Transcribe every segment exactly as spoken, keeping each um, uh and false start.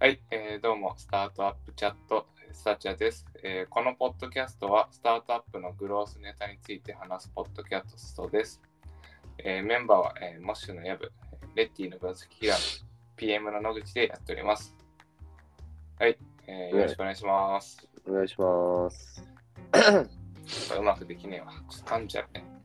はい、えー、どうも、スタートアップチャット、スタチャです、えー。このポッドキャストは、スタートアップのグロースネタについて話すポッドキャストです。えー、メンバーは、えー、モッシュのヤブ、レッティの分析キラー、ピーエム の野口でやっております。はい、えー、よろしくお願いします。 お願いします。 うまくできねえわ。ちょっと噛んじゃうね。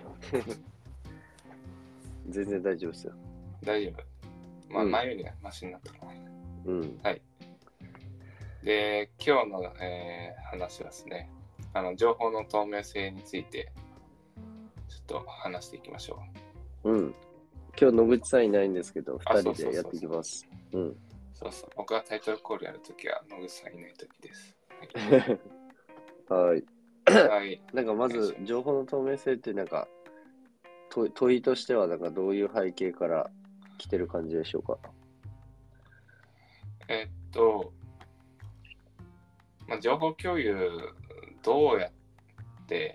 全然大丈夫ですよ。 大丈夫。まあ、 うん、 前よりはマシになったかな。 うん。 はい。で、今日の、えー、話はですね、あの情報の透明性についてちょっと話していきましょう。うん。今日野口さんいないんですけど、 あふたりでやっていきます。うん。 う。そうそう。僕がタイトルコールやるときは野口さんいないときです。 はい。 はい。 なんかまず、情報の透明性ってなんか、問問いとしてはなんかどういう背景から来てる感じでしょうか。 えっと、まあ、情報共有どうやって、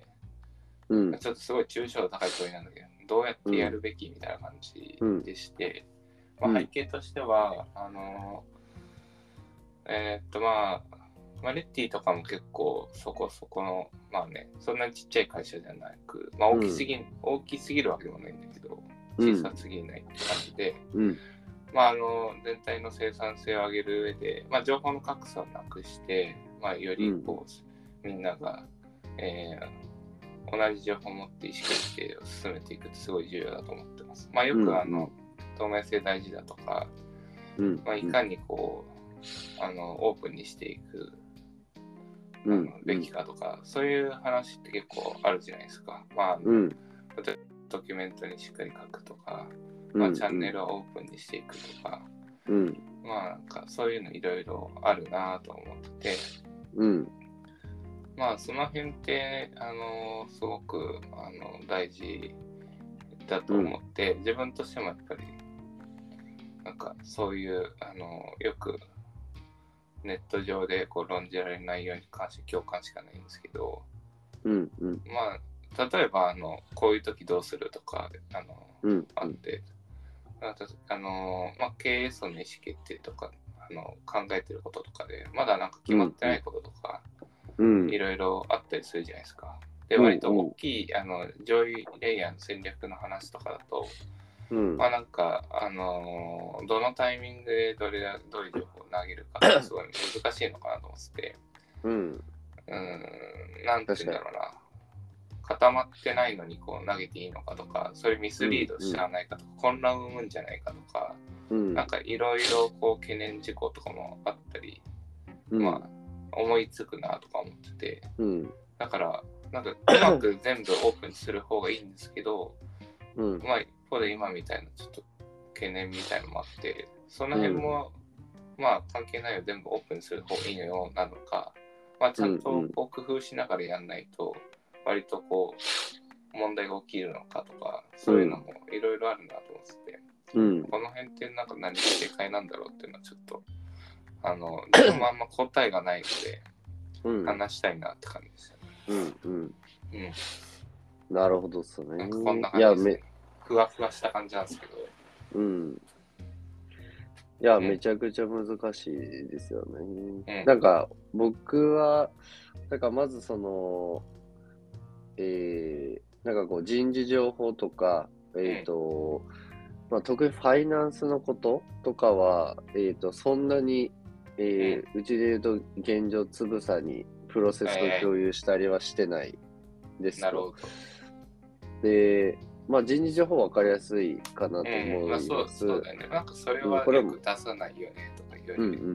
うん、 ちょっとすごい抽象度高い問いなんだけど、どうやってやるべきみたいな感じでして、 うん、 まあ、背景としては、あの、えっとまあ、まあ、レッティとかも結構そこそこの、まあね、そんなにちっちゃい会社じゃなく、まあ大きすぎ、うん、大きすぎるわけでもないんだけど、小さすぎないって感じで、 うん、 まああの、全体の生産性を上げる上で、まあ情報の格差をなくして、まあよりこう、うん、みんなが、えー、同じ情報を持って意思決定を進めていくってすごい重要だと思ってます。まあよくあの、透明性大事だとか、うん、まあいかにこう、あのオープンにしていくあの、うん、べきかとか、そういう話って結構あるじゃないですか。まあ、うん、例えばドキュメントにしっかり書くとか、まあ、チャンネルをオープンにしていくとか、うん、まあなんかそういうのいろいろあるなと思ってて、うん、まあその辺ってあのすごくあの大事だと思って、うん、自分としてもやっぱりなんかそういうあのよくネット上でこう論じられる内容に関して共感しかないんですけど、うんうん、まあ例えばあのこういう時どうするとかあの、うん、あって、あのまあ、経営層の意思決定とかあの考えてることとかでまだなんか決まってないこととか、いろいろあったりするじゃないですか。で割と大きいあの上位レイヤーの戦略の話とかだと、うん、まあなんか、あのー、どのタイミングでどれどういう情報を投げるかってすごい難しいのかなと思ってて、うん、うんなんて言うんだろうな、固まってないのにこう投げていいのかとか、そういうミスリードしちゃわないかとか、うん、混乱を生むんじゃないかとか、うん、なんかいろいろこう懸念事項とかもあったり、うん、まあ思いつくなとか思ってて、うん、だからなんかうまく全部オープンにする方がいいんですけど、うん、まあ一方で今みたいなちょっと懸念みたいのもあって、その辺も、うん、まあ関係ないよ全部オープンにする方がいいのよなのか、まあちゃんとこう工夫しながらやんないと割とこう問題が起きるのかとか、そういうのもいろいろあるなと思ってて、うん、この辺ってなんか何が正解なんだろうっていうのはちょっとあの自分もあんま答えがないので話したいなって感じですよね。 うんうん。 うん。 なるほどっすね。 なんかこんな感じですね。いやめふわふわした感じなんですけど。 うん。いや、うん、めちゃくちゃ難しいですよね。うん、なんか僕は、なんかまずその、えー、なんかこう人事情報とか、えっ、ー、と、うん、まあ、特にファイナンスのこととかは、えっ、ー、と、そんなに、えーうん、うちで言うと現状つぶさにプロセスを共有したりはしてないですと。 なるほど。 で、まあ人事情報分かりやすいかなと思います。うんまあ、 そう、そうだよね。なんかそれはよく出さないよねとか言われる。 うんうん、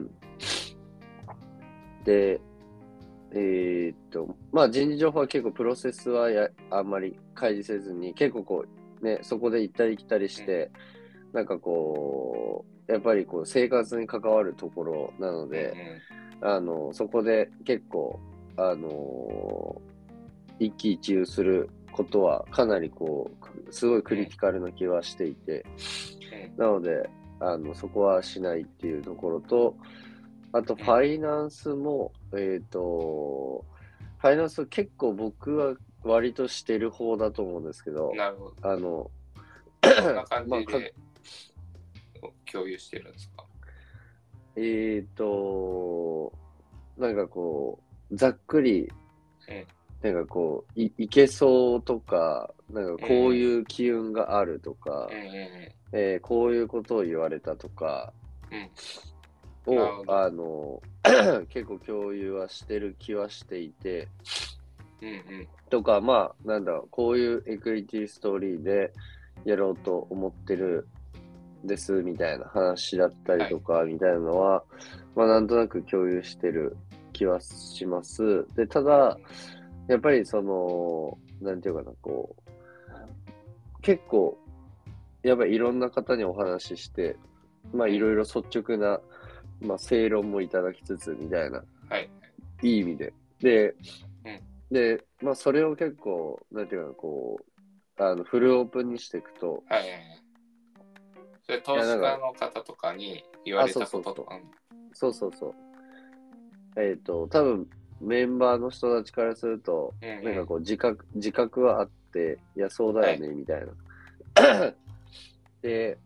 で、えー、っと、まあ人事情報は結構プロセスはやあんまり開示せずに、結構こう、ね、そこで行ったり来たりして、うん、なんかこう、やっぱりこう生活に関わるところなので、うんうん、あの、そこで結構、あのー、一喜一憂することはかなりこう、すごいクリティカルな気はしていて、うん、なので、あの、そこはしないっていうところと、あと、ファイナンスも、うん、えっ、ー、と、ファイナンス結構僕は割としてる方だと思うんですけど、 なるほど。 あの、 こんな感じで共有してるんですか？ えっと、なんかこう、ざっくり、 うんなんかこう、い、いけそうとか、なんかこううんいう機運があるとか、 うんうんえーこういうことを言われたとかうんうん。なるを、 ほど。 あの、結構共有はしてる気はしていて、 うんうんとか、まあ、なんだろう、こういうエクイティストーリーでやろうと思ってるですみたいな話だったりはい。 とか、みたいなのは、まあ、なんとなく共有してる気はします。で、ただ、やっぱりその、なんていうかな、こう、結構、やっぱりいろんな方にお話しして、まあ、 うんいろいろ率直な、まあ、正論もいただきつつ、みたいな、 はい。 いい意味で。で、 うんで、まあ、それを結構、なんていうかな、こう、あの、フルオープンにしていくと、 はいはいはい。それいや、なんか、 投資家の方とかに言わあ、 れたこそうそうそう。 ととかも。 そうそうそう。えっと、多分、メンバーの人たちからすると、 うんうん。 なんかこう、自覚、自覚はあって、いや、そうだはい。 よね、みたいな。で、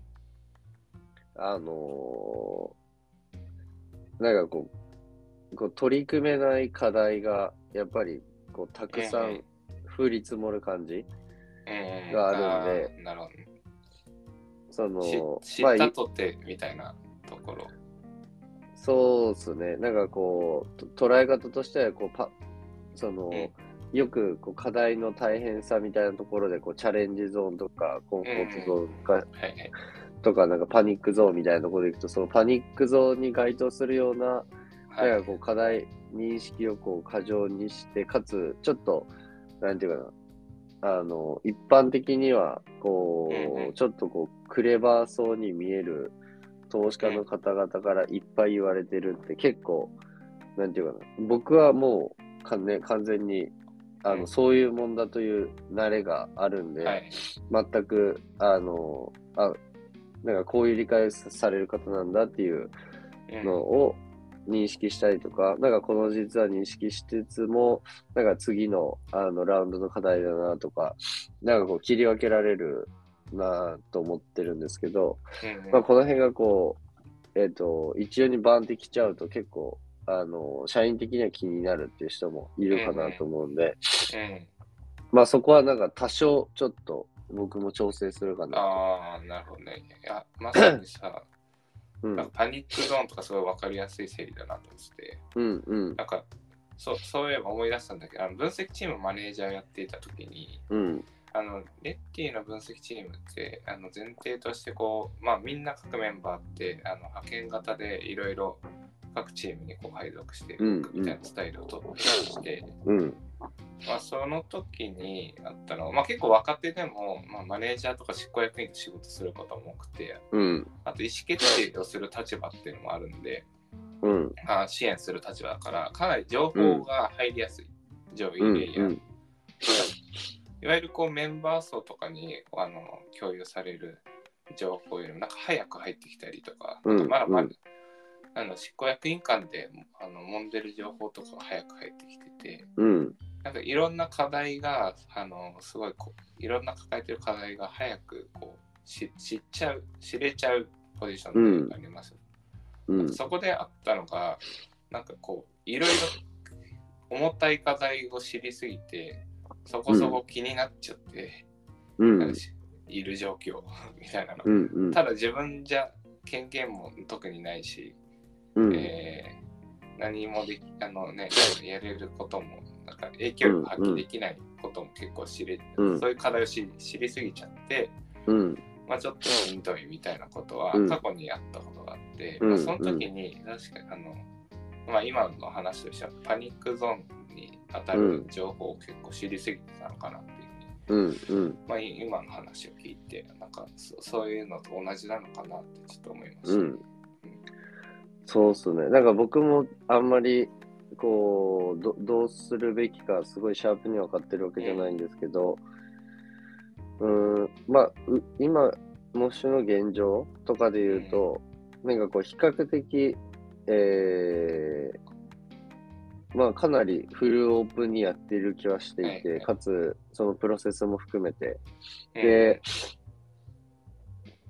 あのーなんかこう、こう取り組めない課題が、やっぱり、こう、たうんうんくさん降り積もる感じうんうん。 があるんあで、 あ、なるほどね。 そしの、まあ、 知ったいとてみたいなところ。 そうですね。なんかこう、と捉え方としては、こう、パ、その、 うんよくこう課題の大変さみたいなところで、こう、チャレンジゾーンとか、コンうんうフォートゾん。 ーンかはいはい。 とか、なんかパニックゾーンみたいなところでいくと、そのパニックゾーンに該当するような、 はい。 なんかこう課題認識をこう過剰にして、かつ、ちょっと、なんていうかな、あの、一般的には、 うんうこう、 んちょっとこう、クレバーそうに見える投資家のうん方々からいっぱい言われてるって結構、なんていうかな、僕はもうか、ね、完全に、あの、 うん。 そういうもんだという慣れがあるんで、 はい。 全く、あの、あ、なんかこういう理解される方なんだっていうのうんを認識したりとか、なんかこの実は認識しつつも、なんか次のあのラウンドの課題だなとか、なんかこう切り分けられるなと思ってるんですけど、 うんうんまあこの辺がこう、えっと、一様にバンってきちゃうと結構、あの、社員的には気になるっていう人もいうんるかなと思うんで、 うんうん。 まあそこはなんか多少ちょっと僕も調整するかなと。 ああ、なるほどね。いや、まさにさ、 うん、 なんかパニックゾーンとかすごい分かりやすい整理だなと思ってて、 うん、うん、 なんか、そそういえば思い出したんだけど、あの分析チームマネージャーやっていた時に、 うん、 あのレッティの分析チームってあの前提としてこう、まあ、みんな各メンバーってあの派遣型でいろいろ各チームにこう配属してうん、 動くみたいなスタイルをとってまして、 うん、 まあ、その時にあったのは、まあ、結構若手でも、まあ、マネージャーとか執行役員と仕事することも多くて、 うん、 あと意思決定をする立場っていうのもあるんで、 うん、 まあ、支援する立場だからかなり情うん、 報が入りやすい上うん、 位レイヤー、 うん、 いわゆるこうメンバー層とかにあの共有される情報よりもなんか早く入ってきたりとか、 うん、 なんかまだまだ、 うん、 あの執行役員間であの揉んでる情報とかが早く入ってきてて、 うん、 なんかいろんな課題があのすごいこういろんな抱えてる課題が早くこうし知っちゃう知れちゃうポジションであります。 うん、 そこであったのがなんかこういろいろ重たい課題を知りすぎてそこそこ気になっちゃって、 うん、 いる状況みたいなの。 うん、うん、 ただ自分じゃ権限も特にないし、 うん、 えー、何もできあのねやれることもなんか影響力発揮できないことも結構知れ、 うん、 そういう課題を知り知りすぎちゃって、 うん、 まあちょっとしんどいみたいなことはうん過去にあったことがあって、 うんまあその時に確かにあのまあ今の話としてはパニックゾーンに当たる情報を結構知りすぎてたのかなっていううん、うん。 まあ、今の話を聞いて、なんかそそういうのと同じなのかなってちょっと思いました。 うん、そうっすね。なんか僕もあんまり、こう、ど、どうするべきか、すごいシャープに分かってるわけじゃないんですけど、うーん、まあ、う今、もしの現状とかで言うと、なんかこう、比較的、えー、まあ、かなりフルオープンにやっている気はしていて、 はいはいかつ、そのプロセスも含めて。 うんで、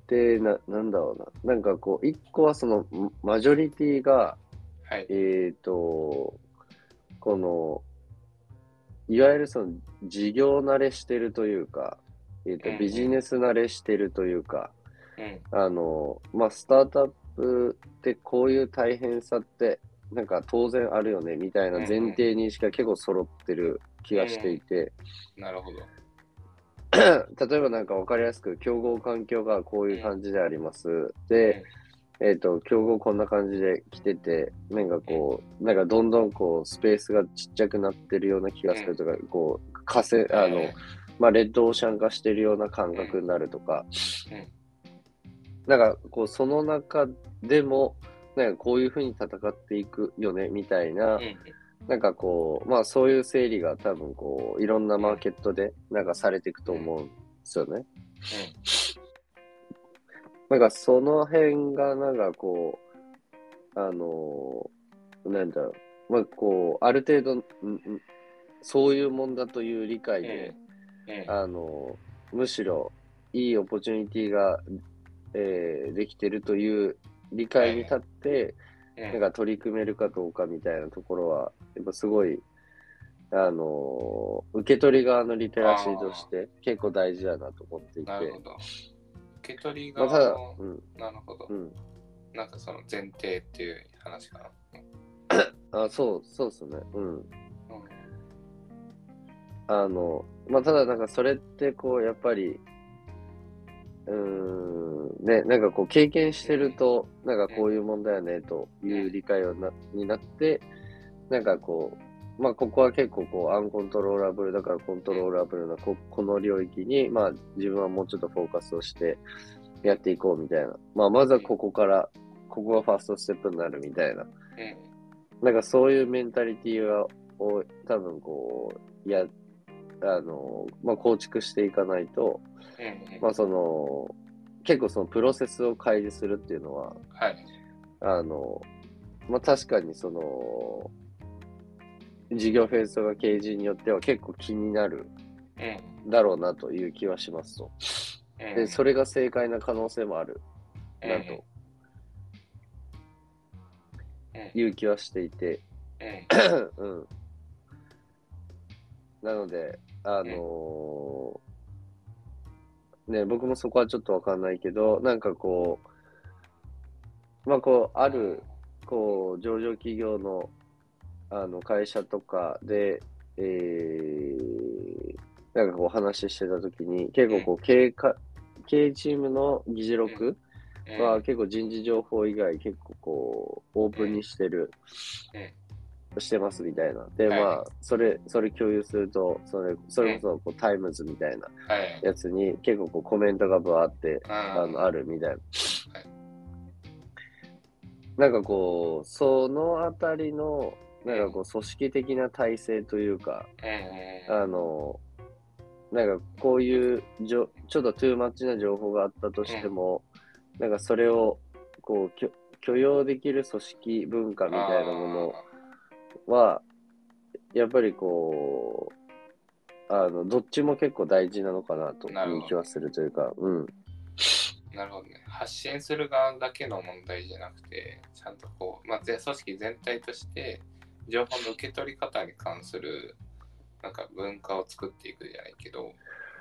で、な、なんだろうな。なんかこう、一個はその、マジョリティが、 はい。 えっと、この、いわゆるその事業慣れしてるというか、えっと、 うんうんビジネス慣れしてるというか、 うんあの、まあ、スタートアップってこういう大変さって、なんか当然あるよね、みたいなうん前提認識が結構揃ってる気がしていて、 うん。なるほど。 例えばなんか分かりやすく、競合環境がこういう感じであります。で、えっと、競合こんな感じで来てて、なんかこう、なんかどんどんこう、スペースがちっちゃくなってるような気がするとか、こう、かせ、あの、まあ、レッドオーシャン化してるような感覚になるとか、なんかこう、その中でも、なんかこういう風に戦っていくよね、みたいな、なんかこう、まあそういう整理が多分こう、いろんなマーケットでなんかされていくと思うんですよね。なんかその辺がなんかこう、あのーなんだろう、まあこう、ある程度、んんそういうもんだという理解で、あのーむしろいいオポチュニティが、えーできてるという理解に立って、なんか取り組めるかどうかみたいなところは、やっぱすごい、あのー受け取り側のリテラシーとして結構大事だなと思っていて。 なるほど。受け取りまあ、ただ、 側の、 うん、 なるほど。 うん。 なんかその前提っていう話かあ、そう、そうですね。うん。 な。うんあの、まあ、ただなんかそれってこう、やっぱり、うーん、ね、なんかこう経験してると、なんかこういう問題よねという理解をなになって、なんかこう、まあここは結構こうアンコントローラブルだからコントローラブルなここの領域に、まあ自分はもうちょっとフォーカスをしてやっていこうみたいな。まあまずはここから、ここがファーストステップになるみたいな。なんかそういうメンタリティを多分こう、や、あの、まあ構築していかないと、まあその、結構そのプロセスを開示するっていうのは、 はい。 あの、まあ確かにその、事業フェーズとか経営陣によっては結構気になるだろうなという気はしますと。で、それが正解な可能性もあるなという気はしていて、うん。なので、あのー、ね、僕もそこはちょっとわかんないけど、なんかこう、まあこう、ある、こう、上場企業の、あの、会社とかで、えー、なんかこう話してたときに、結構こう、経営か、経営チームの議事録は結構人事情報以外結構こう、オープンにしてる、してますみたいな。で、まあ、それ、それ共有すると、それ、それこそこう、タイムズみたいなやつに結構こう、コメントがバーって、あの、あるみたいな。なんかこう、そのあたりの、なんかこう、組織的な体制というか、あの、なんかこういうじょ、ちょっとトゥーマッチな情報があったとしても、なんかそれを、こう、許容できる組織文化みたいなものは、やっぱりこう、あの、どっちも結構大事なのかなという気はするというか、うん。 なるほどね。発信する側だけの問題じゃなくて、ちゃんとこう、まあ、組織全体として情報の受け取り方に関するなんか文化を作っていくじゃないけど、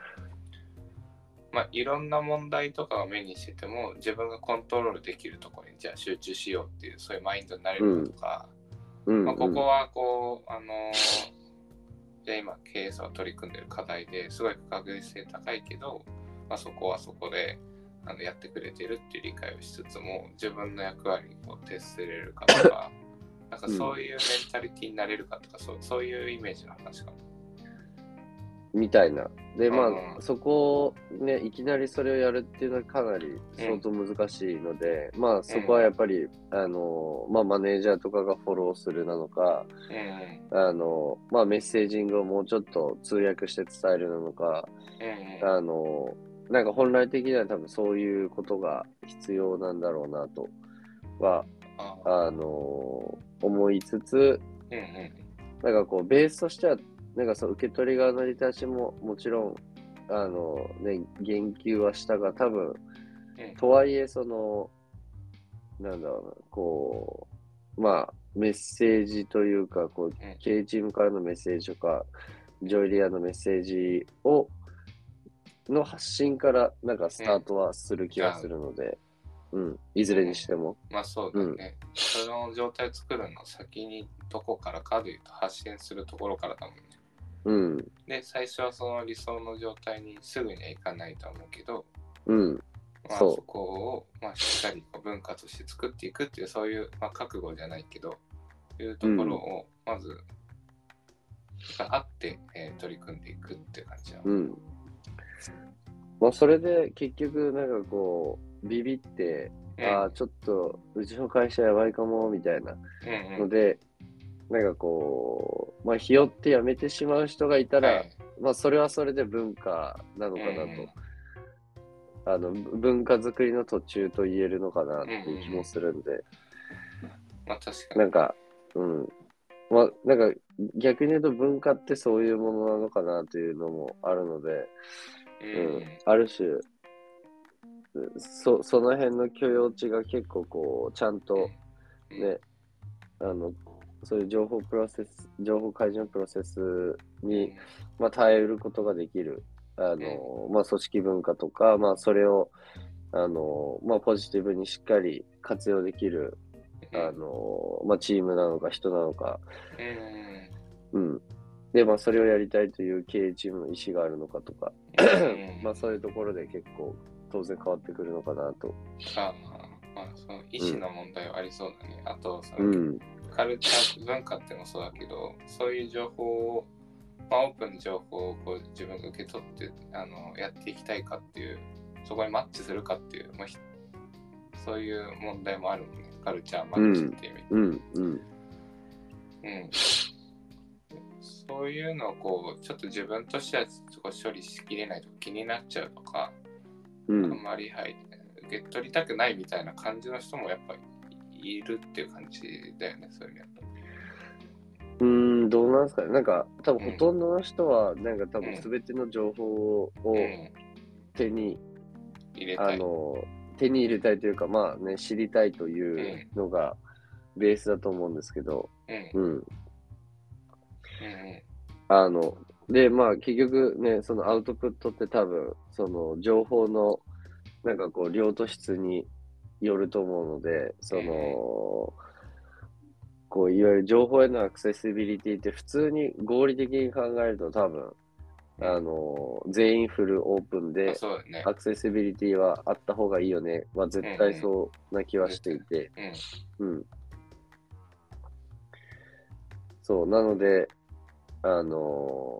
まあ、いろんな問題とかを目にしてても自分がコントロールできるところにじゃあ集中しようっていうそういうマインドになれるかとか、 うんまあ、ここはこう、あのー、じゃあ今経営層が取り組んでる課題ですごい不確実性高いけど、まあ、そこはそこであのやってくれてるっていう理解をしつつも自分の役割にこう徹せれるかとかなんかそういうメンタリティになれるかとか、うん、そうそういうイメージの話かなみたいな。で、まあ、そこをね、いきなりそれをやるっていうのはかなり相当難しいので、うん、まあ、そこはやっぱり、あの、まあ、マネージャーとかがフォローするなのか、うん、あの、まあ、メッセージングをもうちょっと通訳して伝えるなのか、うん、あの、なんか本来的には多分そういうことが必要なんだろうなとは、あの、思いつつ、うんうん、なんかこう、ベースとしては、なんかそう受け取り側のリテラシーももちろん、あのね、言及はしたが、多分、 うん、 とはいえ、その、なんだろうな、こう、まあ、メッセージというか、こう、 うん、 K チームからのメッセージとか、ジョイリアのメッセージを、の発信から、なんかスタートはする気はするので、うん、いずれにしても。 うん、まあそうだね、うん、その状態を作るの先にどこからかでいうと発信するところからだもんね。 うん。 で、最初はその理想の状態にすぐにはいかないと思うけど、 うん。 まあそこを、まあ、しっかり文化として作っていくっていう、そういう、まあ、覚悟じゃないけど、いうところをまず、があって、えー、取り組んでいくって感じだもん。 うん。まあ、それで結局、なんかこう、ビビって、 うん、 ああ、ちょっと、うちの会社やばいかも、みたいなので、うんうん、なんかこう、まあ、ひよってやめてしまう人がいたら、はい、まあ、それはそれで文化なのかなと。うん、あの、文化作りの途中と言えるのかなっていう気もするんで。うんうん、 まあ、確かに。 なんか、うん。まあ、なんか、逆に言うと文化ってそういうものなのかなというのもあるので、うん、うん、ある種、そ, その辺の許容値が結構こう、ちゃんとね、うん、あの、そういう情報プロセス、情報開示のプロセスに、うん、まあ、耐えうることができる、あの、うん、まあ、組織文化とか、まあ、それを、あの、まあ、ポジティブにしっかり活用できる、あの、まあ、チームなのか人なのか、うん。で、まあ、それをやりたいという経営チームの意思があるのかとか、まあ、そういうところで結構、当然変わってくるのかなと。 あまあ、その意思の問題はありそうだね。うん、あとその、うん、カルチャー文化ってもそうだけど、そういう情報を、まあ、オープンな情報をこう自分が受け取ってあのやっていきたいかっていう、そこにマッチするかっていう、まあ、そういう問題もあるもんね。カルチャーマッチっていう意味で。うんうんうん、そういうのをこうちょっと自分としては処理しきれないと気になっちゃうとか、うん、あんまり入って受け取りたくないみたいな感じの人もやっぱりいるっていう感じだよね、そういうのやと。 うーん、どうなんですかね。なんか、多分ほとんどの人は、なんか多分全ての情報を手に、 入れたい。 あの、手に入れたいというか、まあね、知りたいというのがベースだと思うんですけど、うん。うんうん、あの、で、まあ結局ね、そのアウトプットって多分、その情報の、なんかこう、量と質によると思うので、その、うん、こういわゆる情報へのアクセシビリティって普通に合理的に考えると多分、うん、あの全員フルオープンで、ね、アクセシビリティはあった方がいいよね、まあ、絶対そうな気はしていて、うん、うん、そうなのであの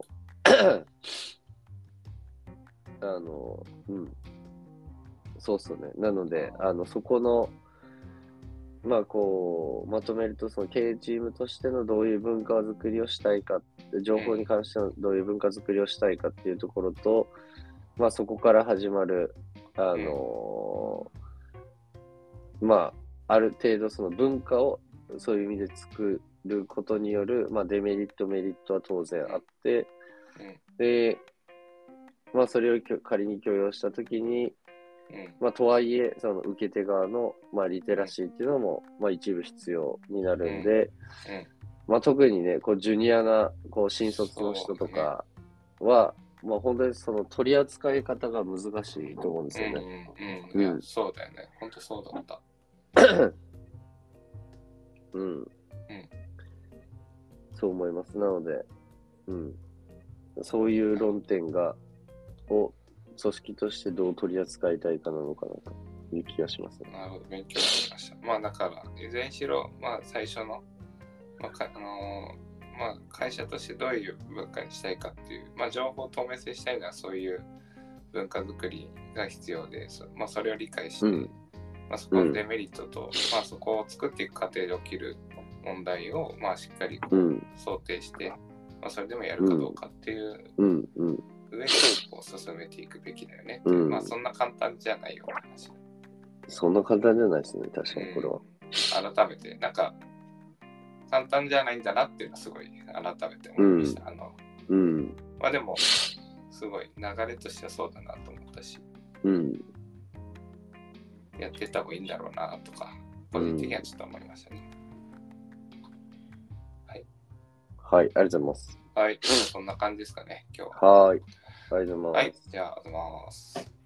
あのうんそうっすね、なのであのそこのまあこうまとめると、その経営チームとしてのどういう文化作りをしたいか、情報に関してのどういう文化作りをしたいかっていうところと、まあそこから始まるあのー、まあある程度その文化をそういう意味で作ることによる、まあ、デメリットメリットは当然あって、でまあそれを仮に許容したときに、まあ、とはいえ、その受け手側の、まあ、リテラシーっていうのも、まあ、一部必要になるんで、うんうん、まあ、特にね、こうジュニアなこう新卒の人とかは、ね、まあ、本当にその取り扱い方が難しいと思うんですよね。 うん、うん、うん、いや、そうだよね。本当そうだった。 うん。うん。そう思います。なので、うん。そういう論点が、を組織としてどう取り扱いたいかなのかなという気がします、ね。 なるほど、勉強になりました。まあだから、いずれにしろ、まあ最初の、まあかあのー、まあ、会社としてどういう文化にしたいかっていう、まあ情報を透明性したいのはそういう文化づくりが必要で、まあそれを理解して、うん、まあそこのデメリットと、うん、まあそこを作っていく過程で起きる問題を、まあしっかりこう、うん、想定して、まあそれでもやるかどうかっていう、うんうんうん上にこう進めていくべきだよねっていう、うん、まあそんな簡単じゃないような話。 そんな簡単じゃないですね、確かにこれは。 うん、改めて、なんか簡単じゃないんだなっていうのはすごい改めて思いました。うん、あの、うん、まあでも、すごい流れとしてはそうだなと思ったし。うん。 やってった方がいいんだろうなとか、個人的にはちょっと思いましたね。はい。 はい、ありがとうございます。 はい、そんな感じですかね、今日は。 はい、ありがとうございます。 はい、じゃあ、ありがとうございます。